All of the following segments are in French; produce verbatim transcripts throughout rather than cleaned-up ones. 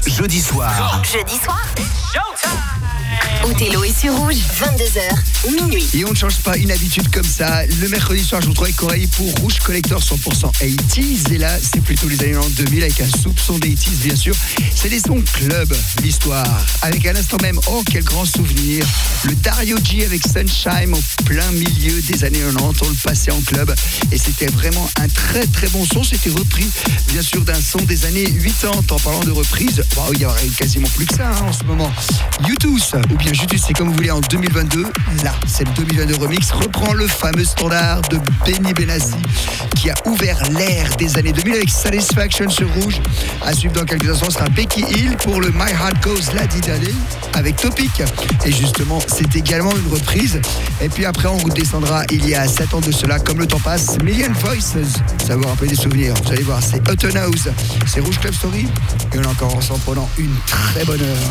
jeudi soir. Jeudi soir. Othello est sur Rouge, vingt-deux heures, minuit. Et on ne change pas une habitude comme ça. Le mercredi soir, je vous trouve avec Corail pour Rouge Collector cent pour cent quatre-vingt-dix. Et là, c'est plutôt les années deux mille avec un soupçon des quatre-vingt-dix, bien sûr. C'est des sons club, l'histoire. Avec à l'instant même, oh, quel grand souvenir. Le Dario G avec Sunshine au plein milieu des années quatre-vingt-dix. On le passait en club. Et c'était vraiment un très très bon son. C'était repris, bien sûr, d'un son des années quatre-vingt-dix. En parlant de reprise, wow, il y aurait quasiment plus que ça hein, en ce moment. YouTube, ou bien YouTube, c'est comme vous voulez en deux mille vingt-deux. Là, c'est le deux mille vingt-deux remix. Reprend le fameux standard de Benny Benassi qui a ouvert l'ère des années deux mille avec Satisfaction sur Rouge. À suivre dans quelques instants, ce sera Becky Hill pour le My Heart Goes La Di Da Di avec Topic. Et justement, c'est également une reprise. Et puis après, on redescendra il y a sept ans de cela, comme le temps passe, Million Voices. Ça vous rappelle des souvenirs. Vous allez voir, c'est Hot House. C'est Rouge Club Story. Et on est encore ensemble pendant une très bonne heure.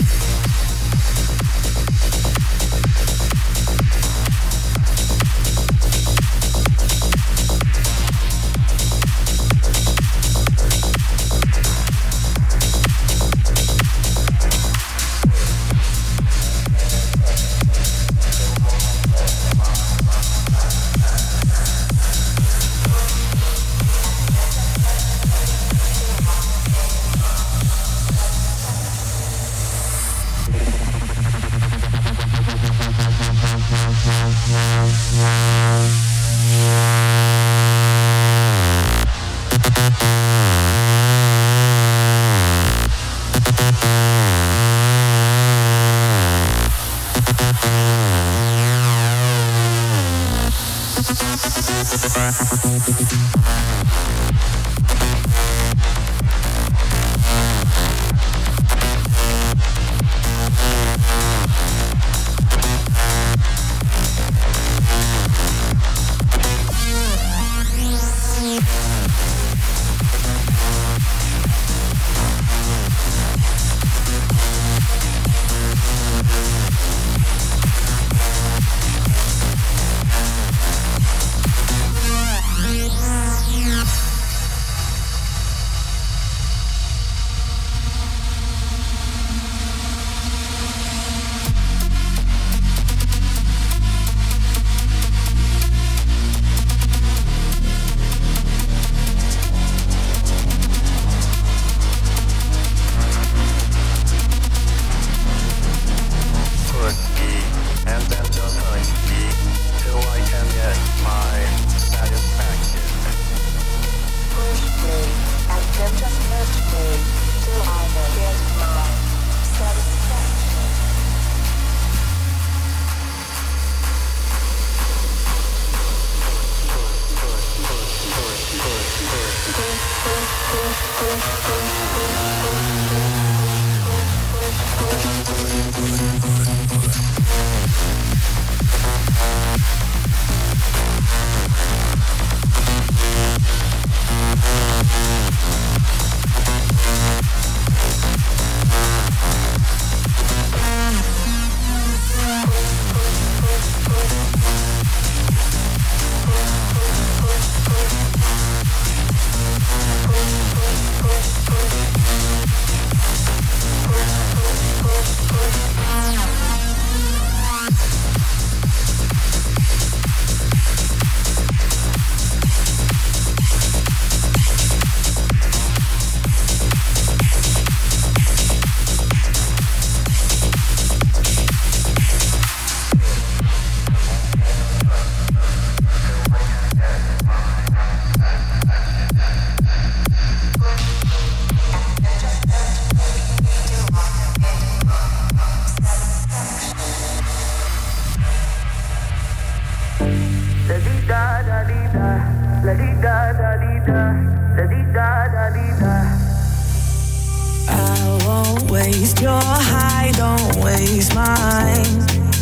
I won't waste your high, don't waste mine,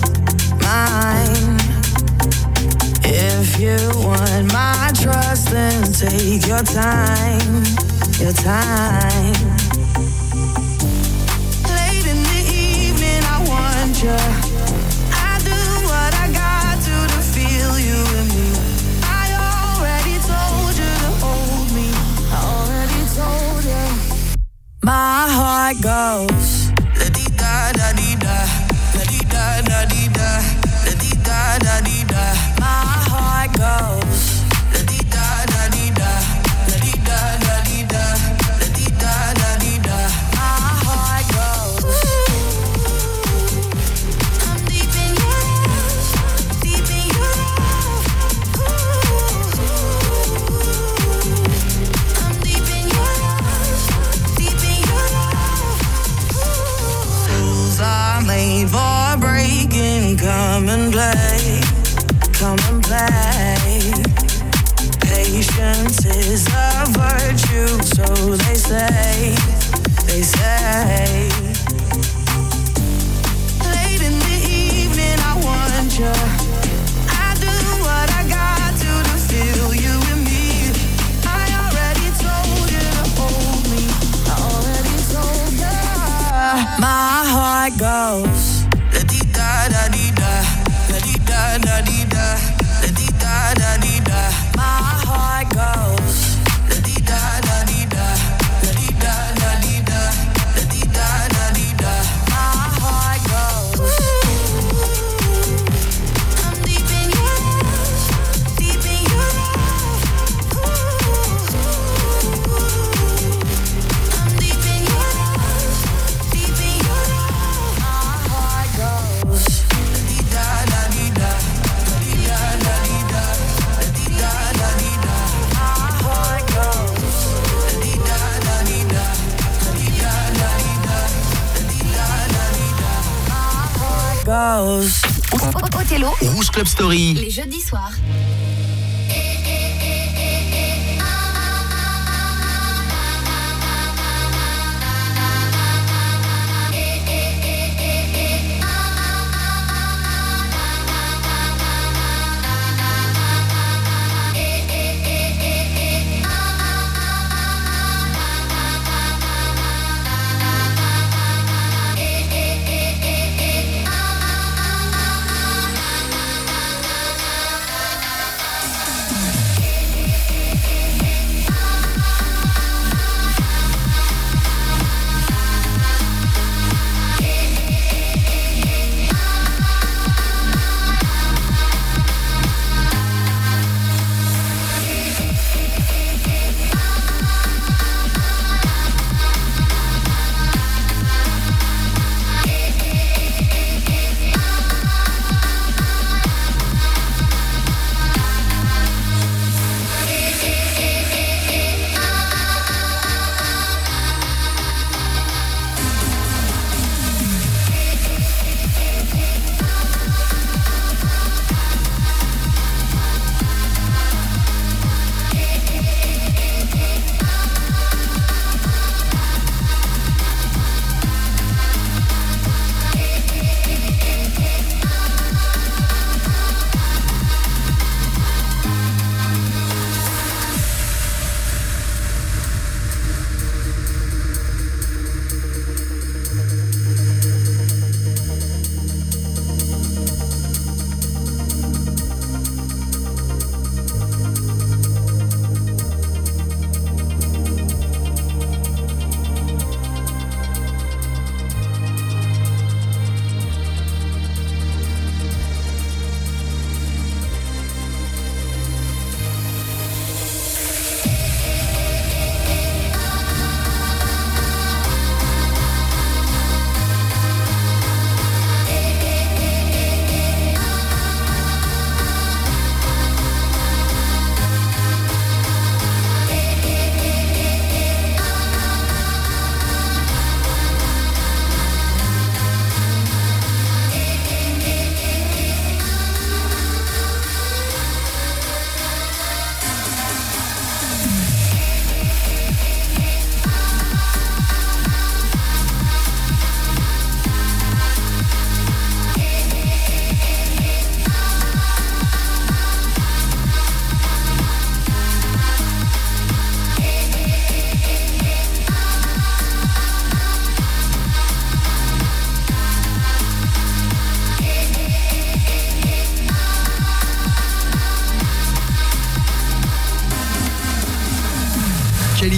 mine. If you want my trust, then take your time, your time. Late in the evening, I want you. I do what I got to to feel you in me. I already told you to hold me. I already told you. My heart heart goes. La di da da di da, la di da da di da, la di da da di da. My heart goes. La di da da di da, la di da da di da, la di da da di da. My heart goes. I'm deep in your love, deep in your love. I'm deep in your love, deep in your love. Rules are made for breaking. Come and play, come and play. Patience is a virtue, so they say, they say. Late in the evening, I want you. I do what I got to to feel you and me. I already told you to hold me. I already told you. My heart goes. La di da da di da, la di da da di da, la di da da di da. My heart goes. La di da da di da, la di da da di da, la di da da di da. My heart goes. I'm deep in your love, deep in your love. I'm deep in your love, deep in your love. My heart goes. La di da da di da, la di da da di da, la di da da di da. My heart goes. La di da da di da, la di da da di da, la di da da di da. My heart goes. Othello, Rouge Club Story. les jeudis soirs.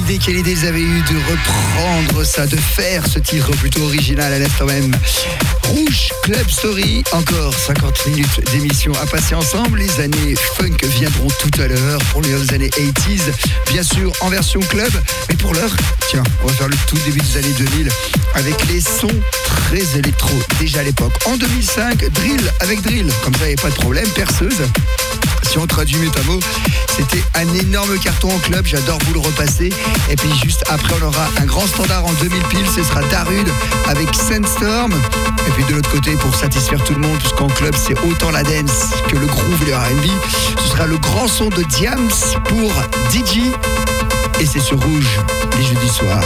idée, quelle idée ils avaient eu de reprendre ça, de faire ce titre plutôt original à l'instant même. Rouge Club Story, encore cinquante minutes d'émission à passer ensemble. Les années funk viendront tout à l'heure pour les années quatre-vingt-dix, bien sûr en version club. Mais pour l'heure, tiens, on va faire le tout début des années deux mille avec les sons très électro déjà à l'époque. En deux mille cinq, drill avec drill, comme ça il n'y avait pas de problème, perceuse. Si on traduit mot à mot, c'était un énorme carton en club, j'adore vous le repasser. Et puis juste après, on aura un grand standard en deux mille pile, ce sera Darude avec Sandstorm. Et puis de l'autre côté, pour satisfaire tout le monde, puisqu'en club c'est autant la dance que le groove et le R and B, ce sera le grand son de Diams pour D J. Et c'est sur Rouge, les jeudis soirs.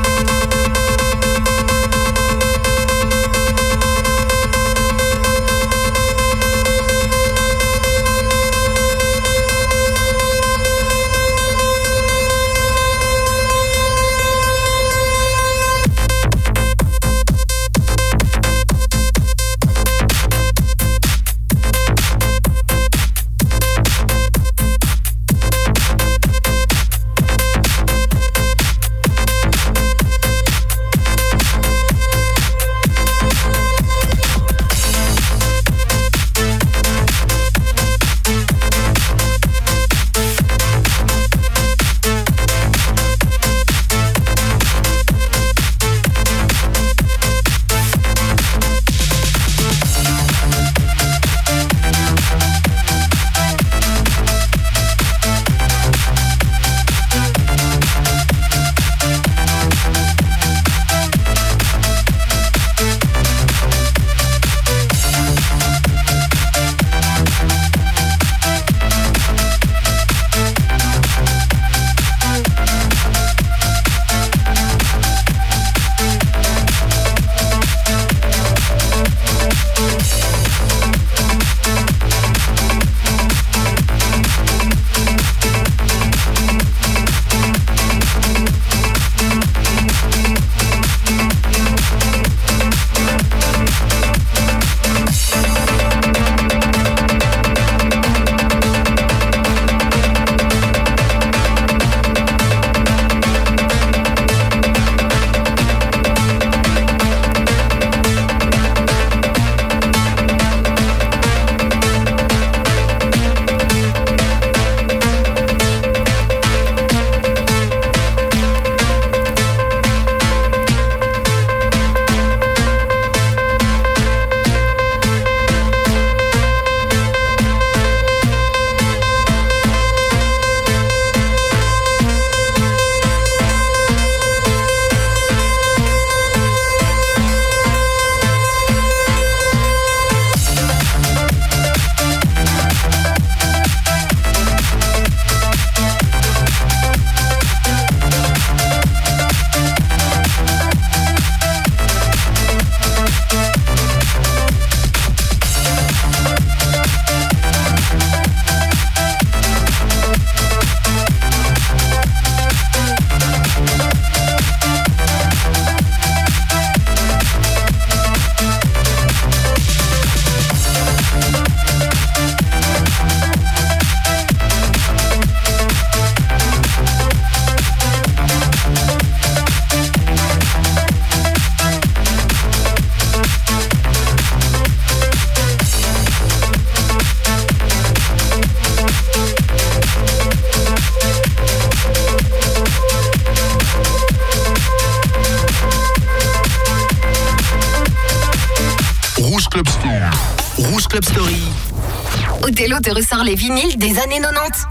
Club Story. Othello te ressort les vinyles des années quatre-vingt-dix.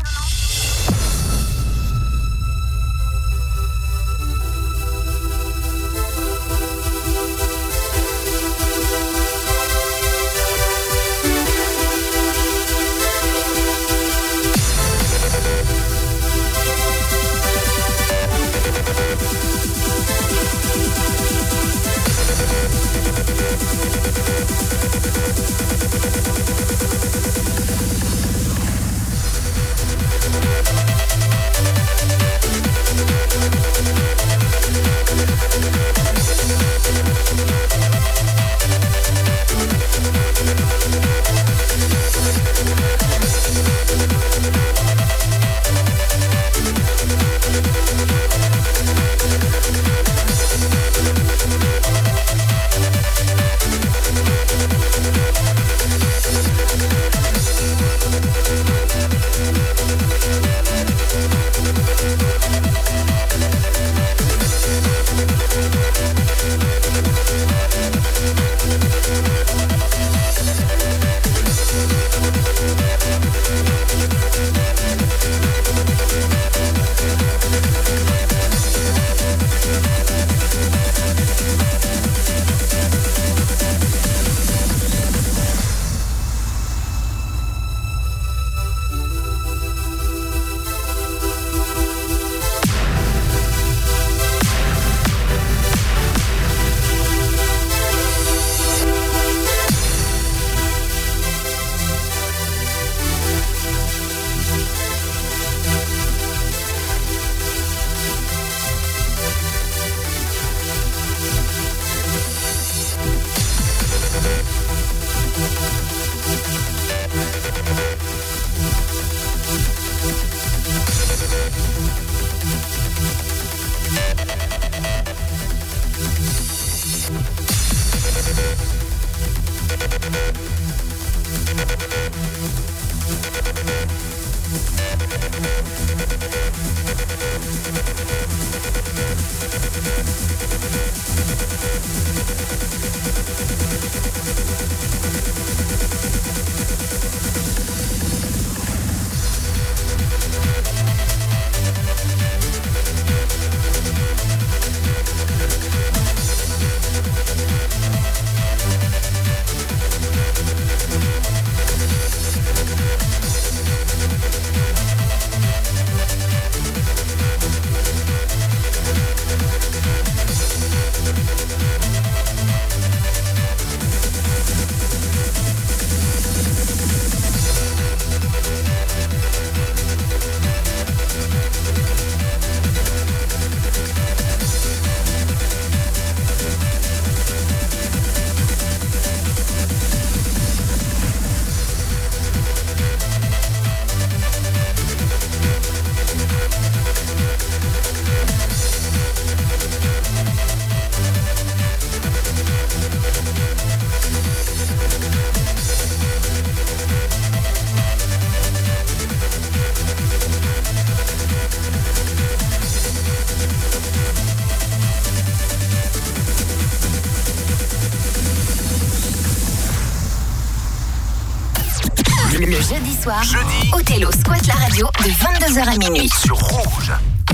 Le jeudi soir, Jeudi. Othello squatte la radio de vingt-deux heures à minuit. Sur Rouge.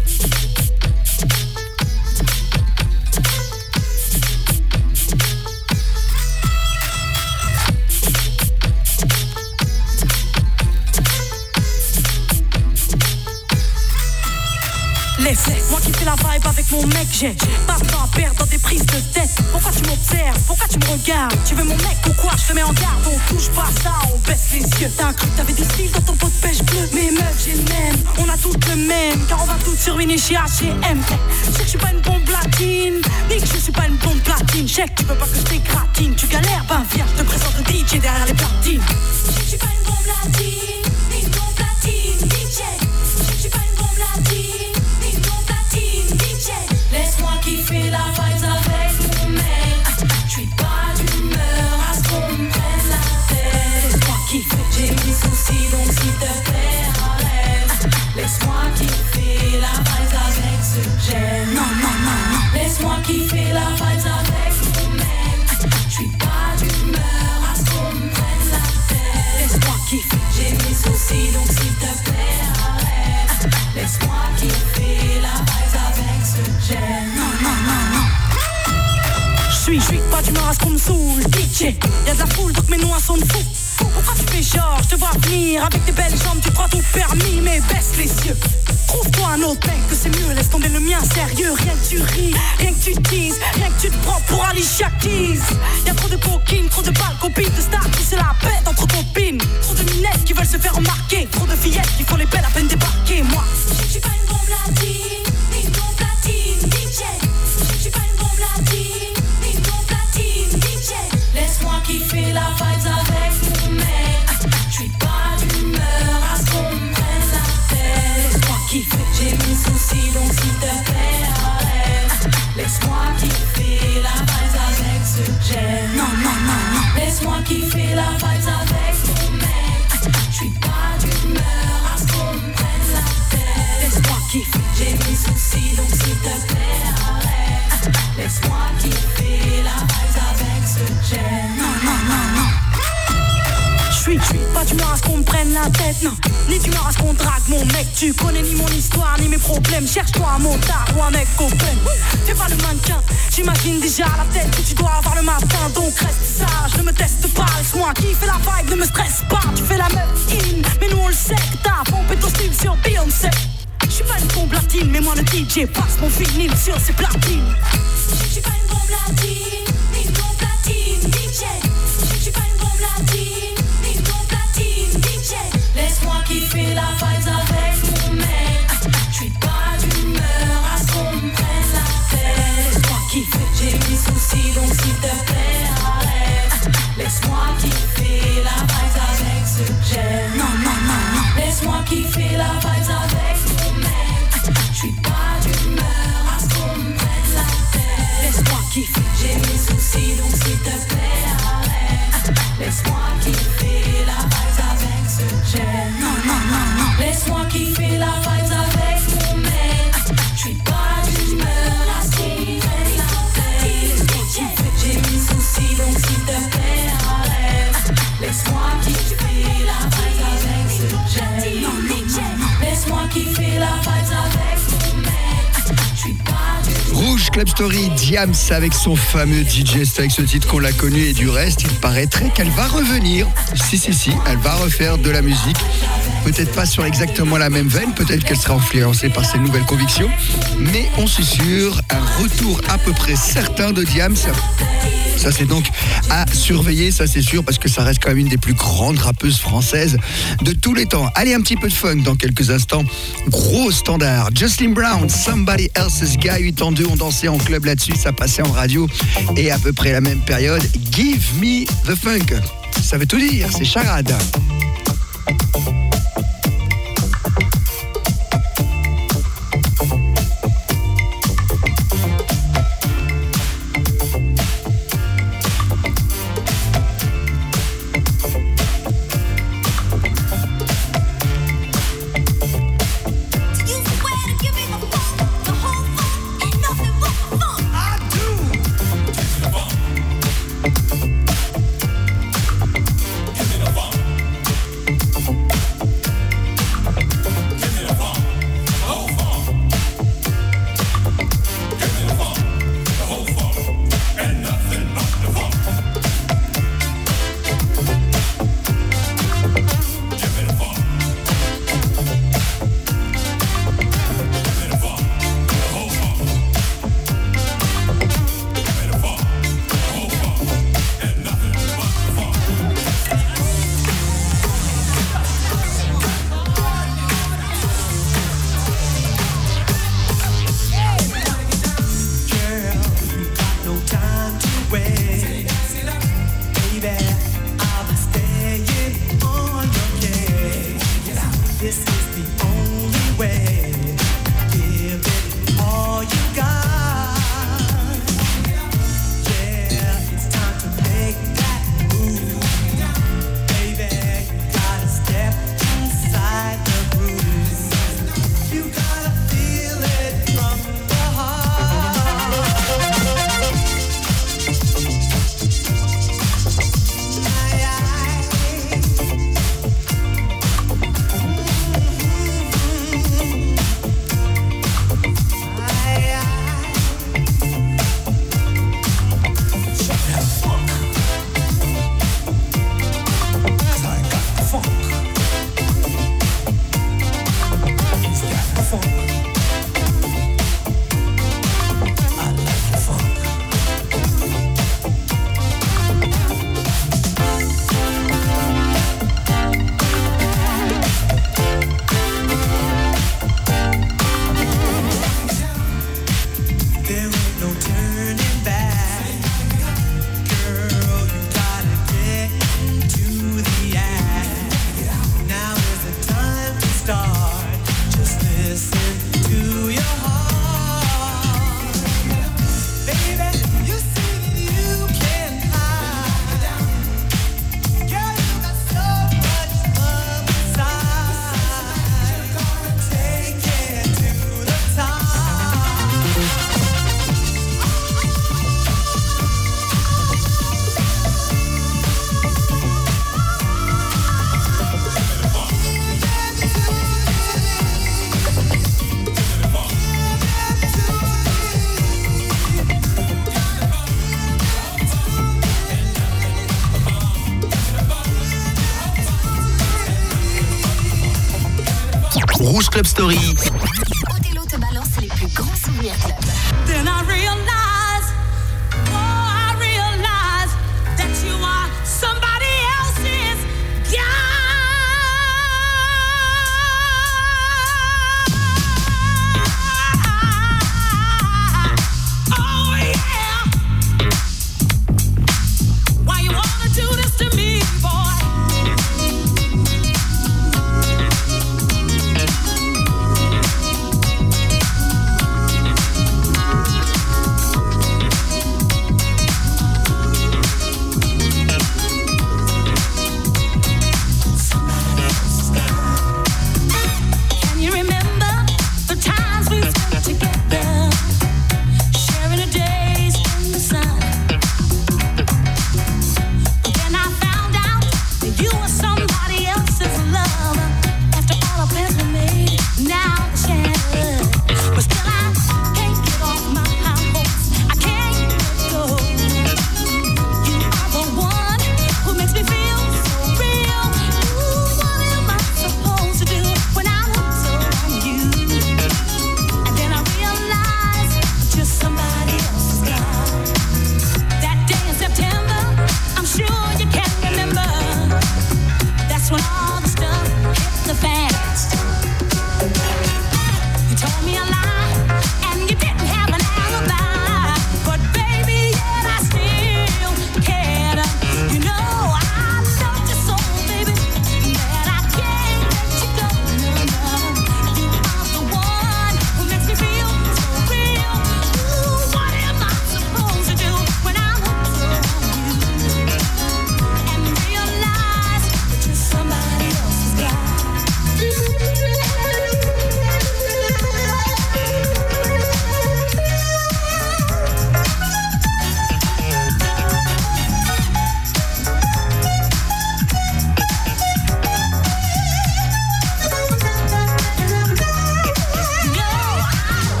Moi qui fais la vibe avec mon mec, j'ai pas de temps à perdre dans des prises de tête. Pourquoi tu m'observes, pourquoi tu me regardes? Tu veux mon mec ou quoi? Je te mets en garde, on touche pas ça, on baisse les yeux. T'as cru que t'avais du style dans ton pot de pêche bleu. Mais meuf, j'ai le même, on a toutes le même. Car on va toutes sur une chez H et M. Je sais que je suis pas une bombe platine, ni que je suis pas une bombe platine. Je sais que tu veux pas que je t'écratine. Tu galères, ben viens, je te présente le D J derrière les platines. Je sais que je suis pas une bombe platine, ni une bombe platine. D J, je sais que je suis pas une bombe platine. Laisse-moi kiffer la vibe avec mon mec. J'suis pas d'humeur à ce qu'on me prenne la tête. Laisse-moi kiffer, j'ai mis soucis donc s'il te plaît arrête. Laisse-moi kiffer la vibe avec ce gel. Non, non, non, non. Laisse-moi kiffer la vibe avec mon mec. J'suis pas d'humeur à ce qu'on me prenne la tête. Laisse-moi kiffer, j'ai mis soucis donc s'il te plaît arrête. Laisse-moi kiffer la vibe avec ce gel. Non, non, non, non. J'suis, j'suis pas d'humeur à ce qu'on me saoule. D J, y'a de la foule donc mes noix sont fous. Pourquoi tu fais genre, je te vois venir avec tes belles jambes, tu crois tout permis, mais baisse les yeux. Trouve-toi un autre mec que c'est mieux, laisse tomber le mien sérieux. Rien que tu ris, rien que tu teases, rien que tu te prends pour Alicia Keys. Y'a trop de coquines, trop de balles, copines de stars qui se la pètent entre copines. Trop de minettes qui veulent se faire remarquer, trop de fillettes qui font les belles à peine débarquer. Moi, je suis pas une bombe latine, ni une bombe latine, D J. Je suis pas une bombe latine, ni une bombe latine, D J. Laisse-moi kiffer la vibe avec mon mec. J'suis pas d'humeur à ce qu'on me prenne la tête. Laisse-moi kiffer, j'ai mis soucis donc s'il te plaît arrête. Laisse-moi kiffer la vibe avec ce gel. Non, non, non, non. Laisse-moi kiffer la vibe avec mon mec. J'suis pas d'humeur à ce qu'on me prenne la tête. Laisse-moi kiffer, j'ai mis soucis donc s'il te plaît arrête. Laisse-moi kiffer la vibe avec ce gel. Non, non, non, non. J'suis, j'suis pas d'humeur à ce qu'on me prenne la tête, non. Ni d'humeur à ce qu'on drague mon mec. Tu connais ni mon histoire, ni mes problèmes. Cherche-toi un motard ou un mec open. Fais pas le mannequin, j'imagine déjà la tête que tu dois avoir le matin. Donc reste sage, ne me teste pas. Laisse-moi kiffer la vibe, ne me stresse pas. Tu fais la meuf in, mais nous on le sait que t'as pompé ton style sur Beyoncé. J'suis pas une bombe latine, mais moi le D J passe mon vinyle sur ses platines. J'suis pas une bombe latine, ni une bombe latine, D J. J'suis pas une bombe latine, ni une bombe latine, D J. Laisse-moi kiffer la vibe avec mon mec. J'suis pas d'humeur à ce qu'on me prenne la tête. Laisse-moi kiffer, j'ai mis soucis donc s'il te plaît arrête. Laisse-moi kiffer la vibe avec ce gel. Non, non, non, non. Laisse-moi kiffer la vibe avec mon mec. J'suis pas d'humeur à ce qu'on me prenne la tête. Laisse-moi kiffer, j'ai mis soucis donc s'il te plaît arrête. Laisse-moi kiffer la vibe gêne. Non, non, non, non. Laisse-moi kiffer la vibe avec mon mec. Je suis pas d'humeur à ce qu'on prenne la tête. J'ai mis soucis donc s'il te plaît arrête. Laisse-moi kiffer la vibe avec ce gel. Non, non, non, non. Laisse-moi kiffer la vibe avec mon mec. Je suis pas Rouge Club Story, Diams avec son fameux D J, c'est avec ce titre qu'on l'a connu et du reste, il paraîtrait qu'elle va revenir. Si, si, si, elle va refaire de la musique. Peut-être pas sur exactement la même veine, peut-être qu'elle sera influencée par ses nouvelles convictions, mais on susurre un retour à peu près certain de Diams. Ça, c'est donc à surveiller, ça c'est sûr, parce que ça reste quand même une des plus grandes rappeuses françaises de tous les temps. Allez, un petit peu de fun dans quelques instants. Gros standard. Jocelyn Brown, Somebody Else's Guy, huit ans deux, on dansait en club là-dessus, ça passait en radio. Et à peu près la même période, Give Me the Funk. Ça veut tout dire, c'est charade. Rouge Club Story. Othello te balance les plus grands souvenirs club. Then I realize, oh, I realize that you are somebody else's guy. Oh yeah. Why you wanna do this to me, boy?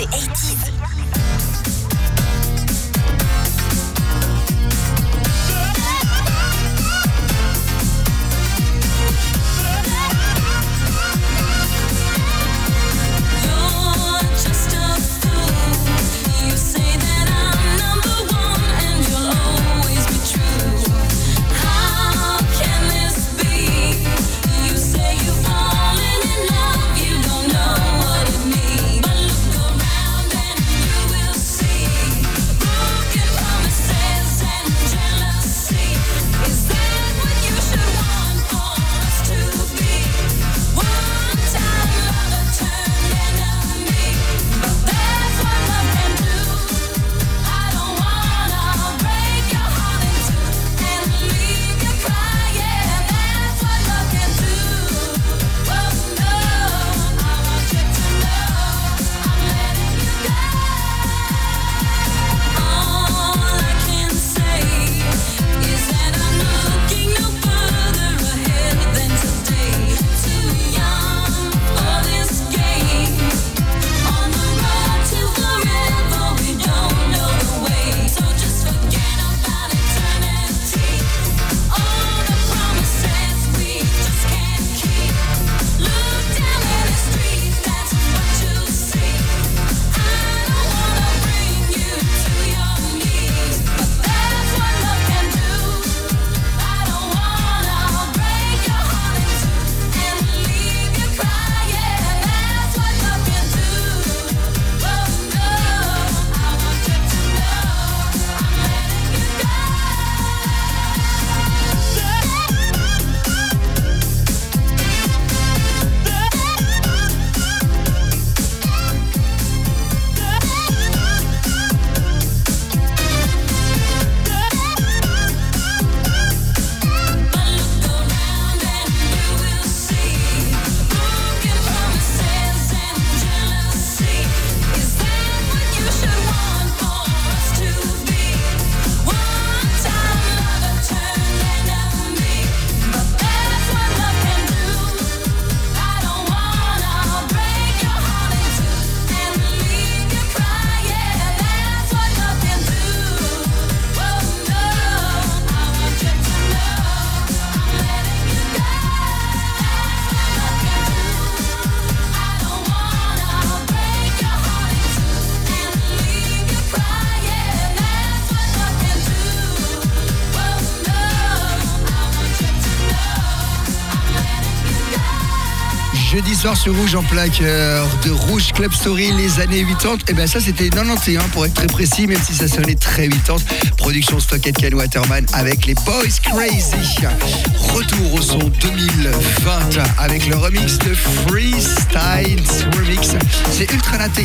des eighties. Jeudi soir sur Rouge en plein cœur de Rouge Club Story, les années quatre-vingt-dix. Et bien ça c'était quatre-vingt-onze pour être très précis, même si ça sonnait très quatre-vingt-dix. Production Stockett Ken Waterman avec les Boys Crazy. Retour au son deux mille vingt avec le remix de Freestyle Remix. C'est ultra naté.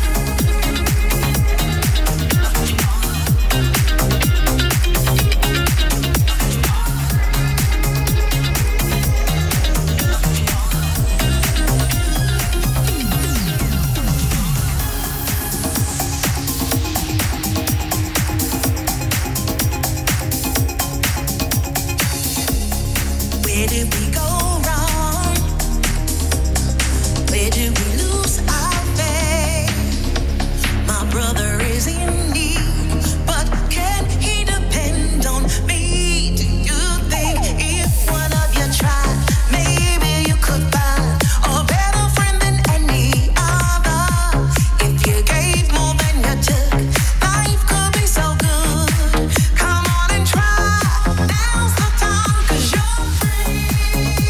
Where did we go wrong? Where did we lose our faith? My brother is in need, but can he depend on me? Do you think if one of you tried, maybe you could find a better friend than any other? If you gave more than you took, life could be so good. Come on and try. Now's the time, 'cause you're free.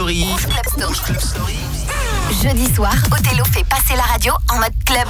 Story. Rouge Club Story. Rouge Club Story. Jeudi soir, Othello fait passer la radio en mode club.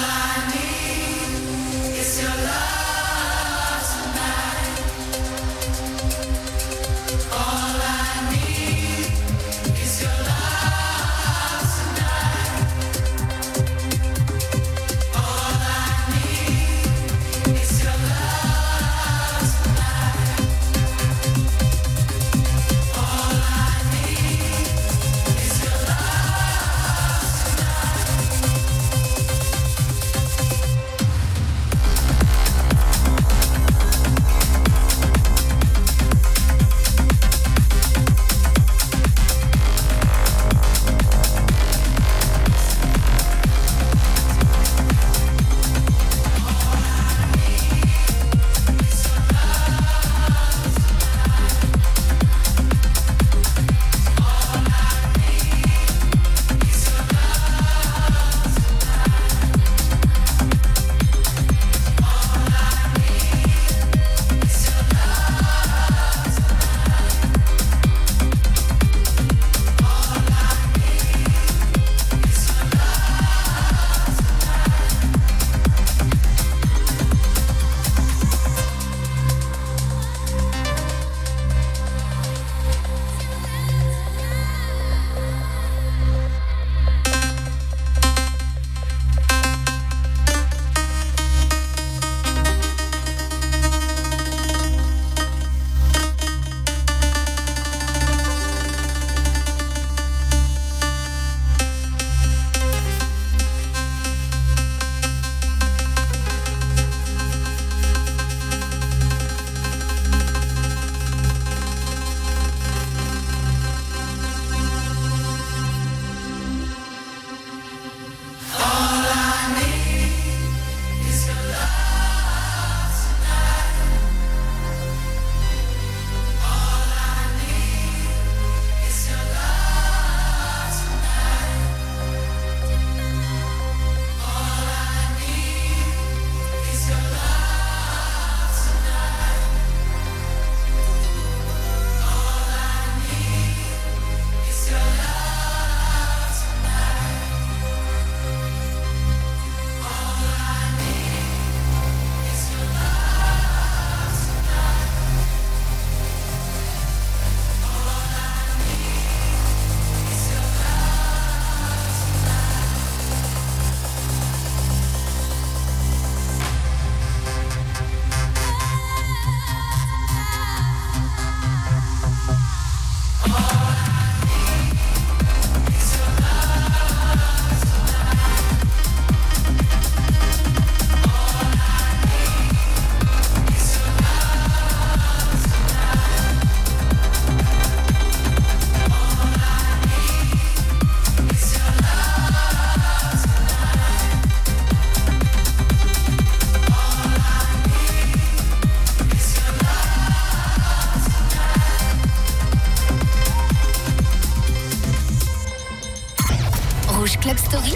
Club Story?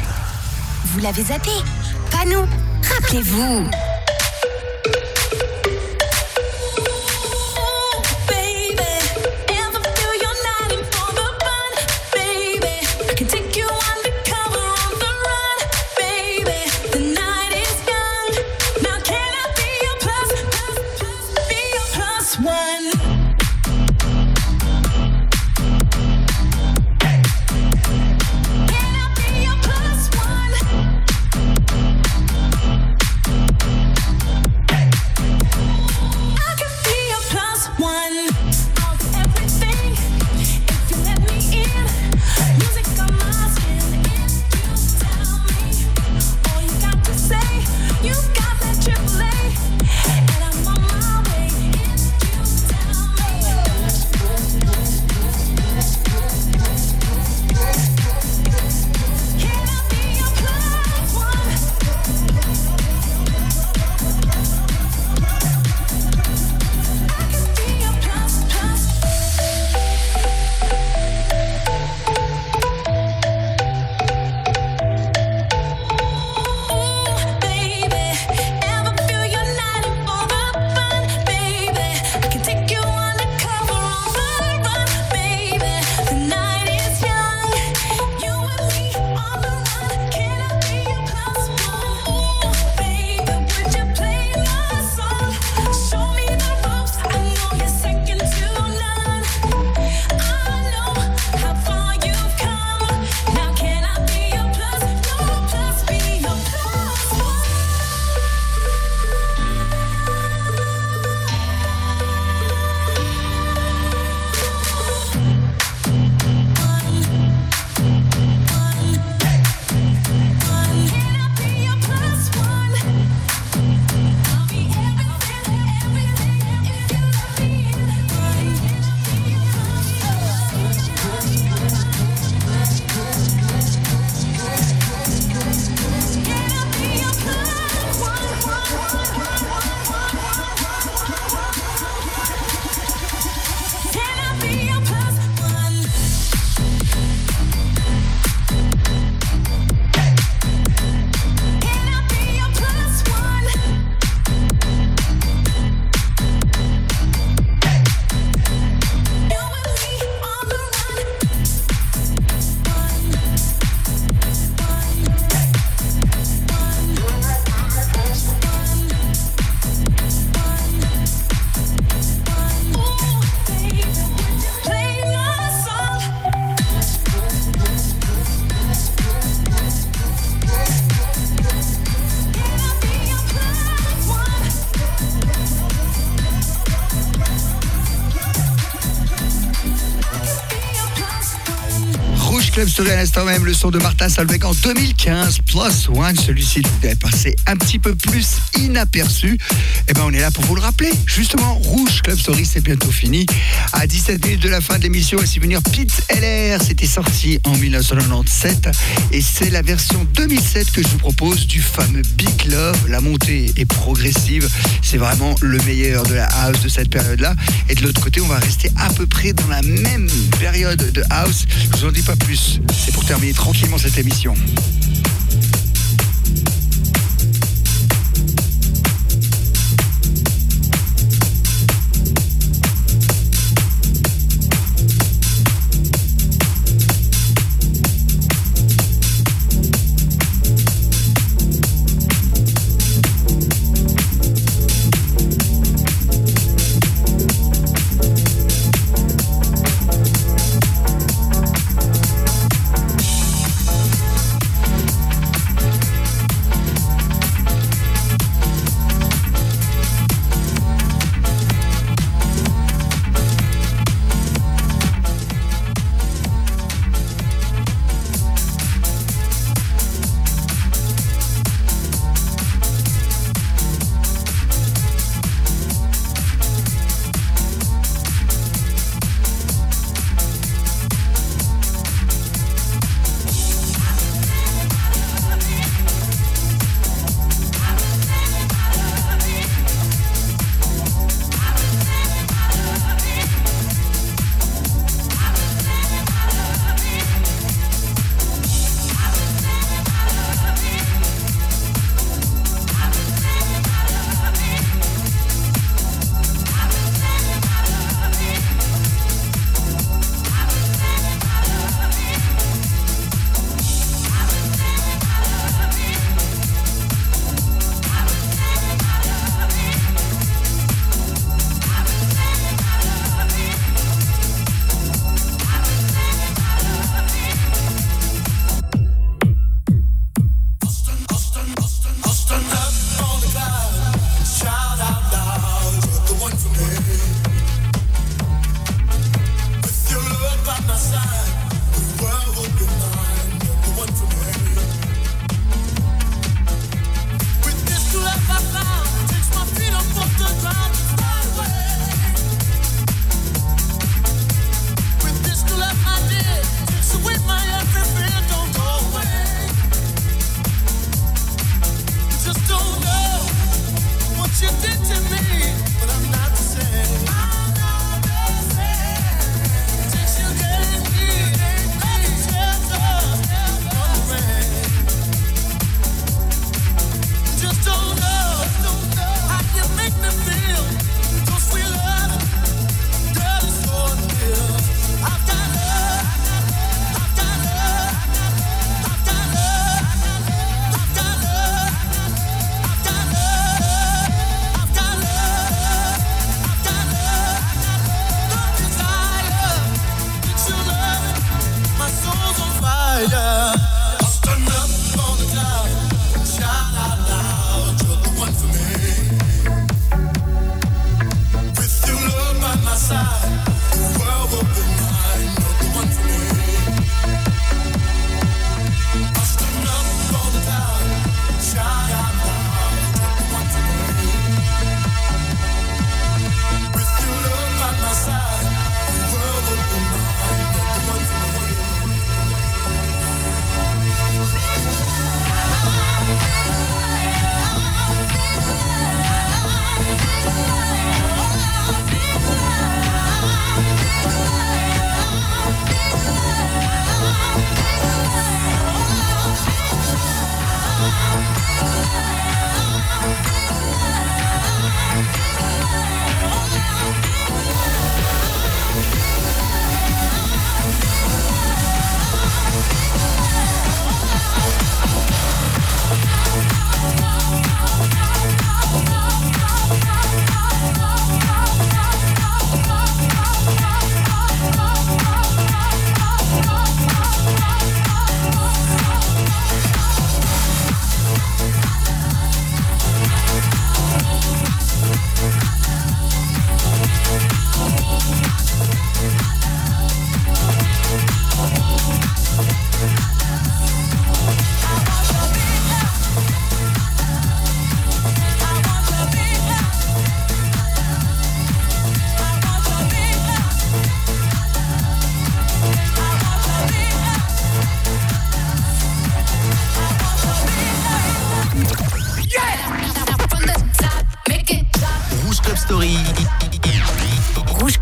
Vous l'avez zappé? Pas nous. Rappelez-vous. Can I be your plus one? Club Story à l'instant même, le son de Martin Solveig en deux mille quinze, Plus One, celui-ci est passé un petit peu plus inaperçu. Et ben on est là pour vous le rappeler. Justement, Rouge Club Story, c'est bientôt fini. À dix-sept minutes de la fin de l'émission, voici venir Pete Eller. C'était sorti en dix-neuf cent quatre-vingt-dix-sept et c'est la version deux mille sept que je vous propose du fameux Big Love. La montée est progressive. C'est vraiment le meilleur de la house de cette période-là. Et de l'autre côté, on va rester à peu près dans la même période de house. Je vous en dis pas plus. C'est pour terminer tranquillement cette émission.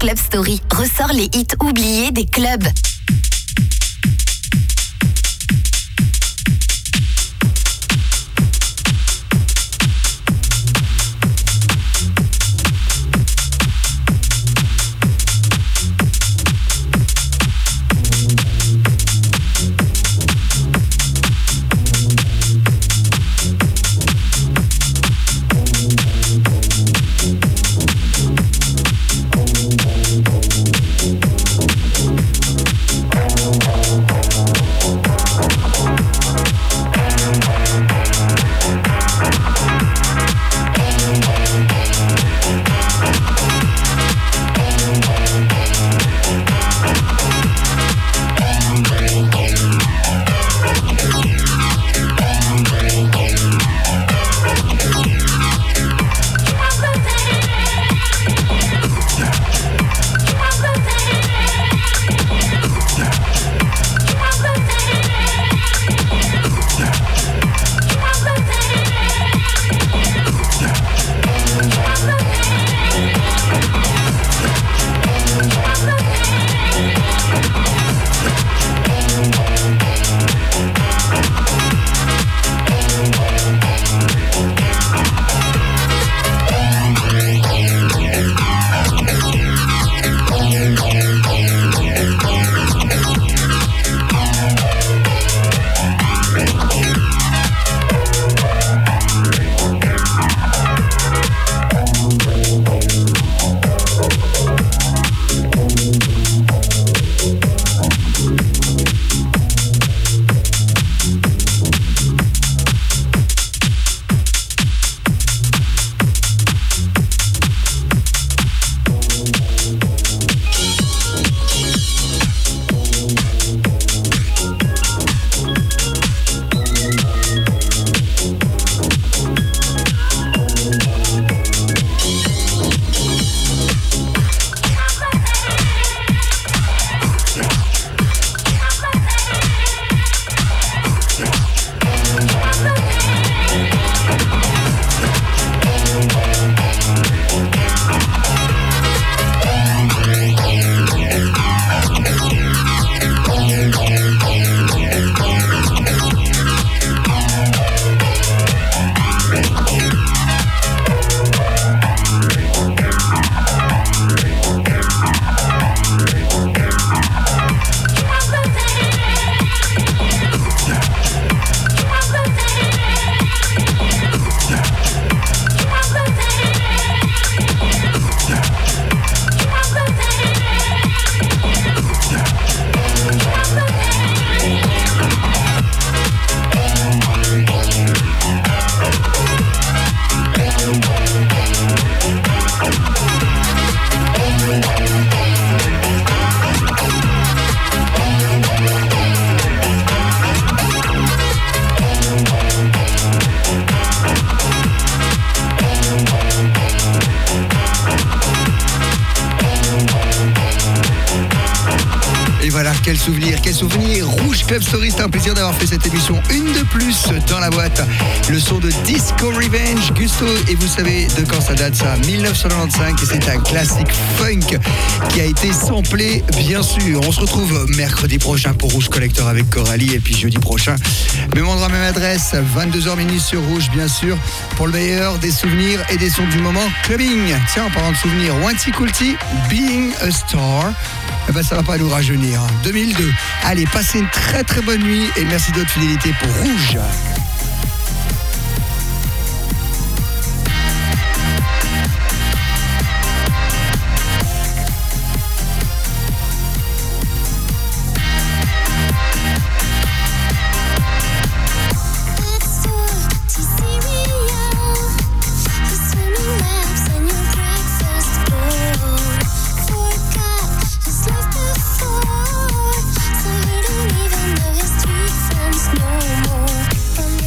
Club Story ressort les hits oubliés des clubs. voilà, quel souvenir, quel souvenir. Rouge Club Story, c'est un plaisir d'avoir fait cette émission. Une de plus dans la boîte. Le son de Disco Revenge, Gusto. Et vous savez de quand ça date, ça, dix-neuf cent quatre-vingt-quinze. Et c'est un classique funk qui a été samplé, bien sûr. On se retrouve mercredi prochain pour Rouge Collector avec Coralie. Et puis jeudi prochain, même endroit, même adresse, vingt-deux heures minuit sur Rouge, bien sûr, pour le meilleur des souvenirs et des sons du moment. Clubbing. Tiens, en parlant de souvenirs, Wanty Coulty, Being a Star. Eh ben, ça va pas nous rajeunir. deux mille deux. Allez, passez une très très bonne nuit et merci de votre fidélité pour Rouge. So he don't even know his street friends no more. From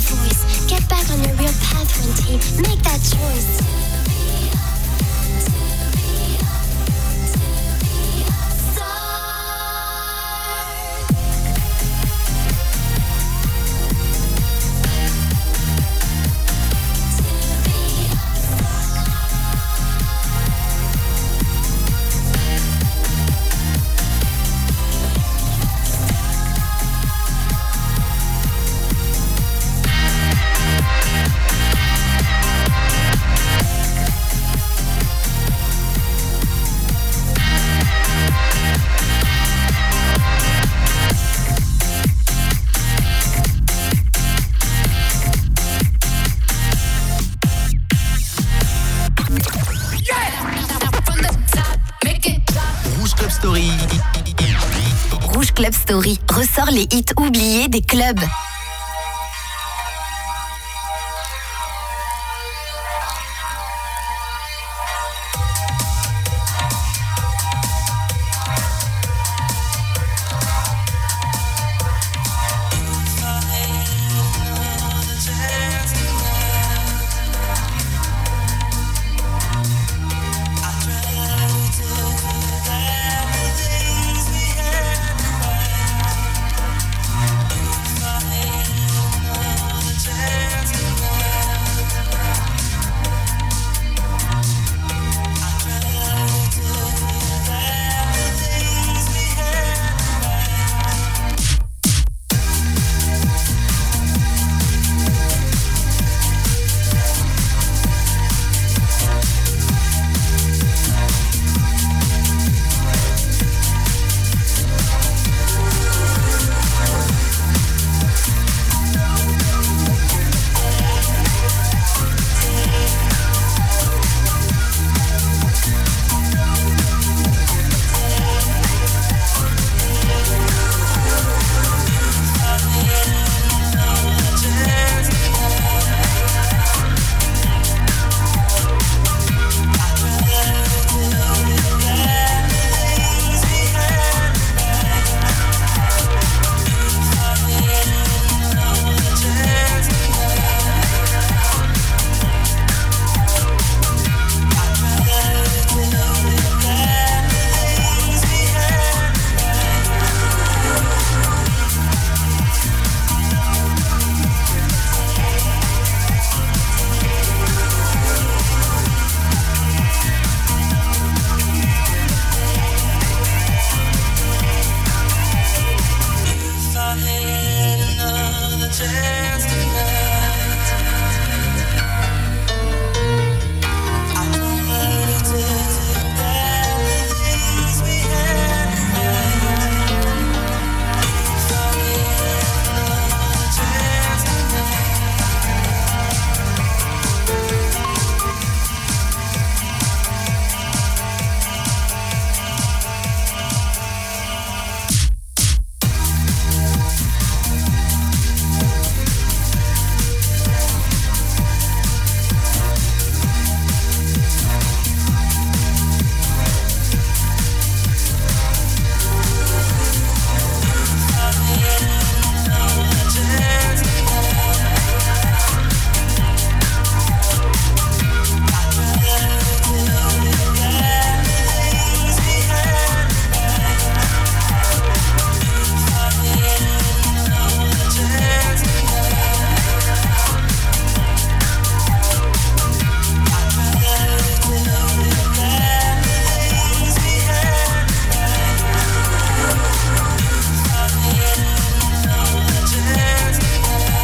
voice. Get back on your real path, one team. Make that choice. Rouge Club Story ressort les hits oubliés des clubs.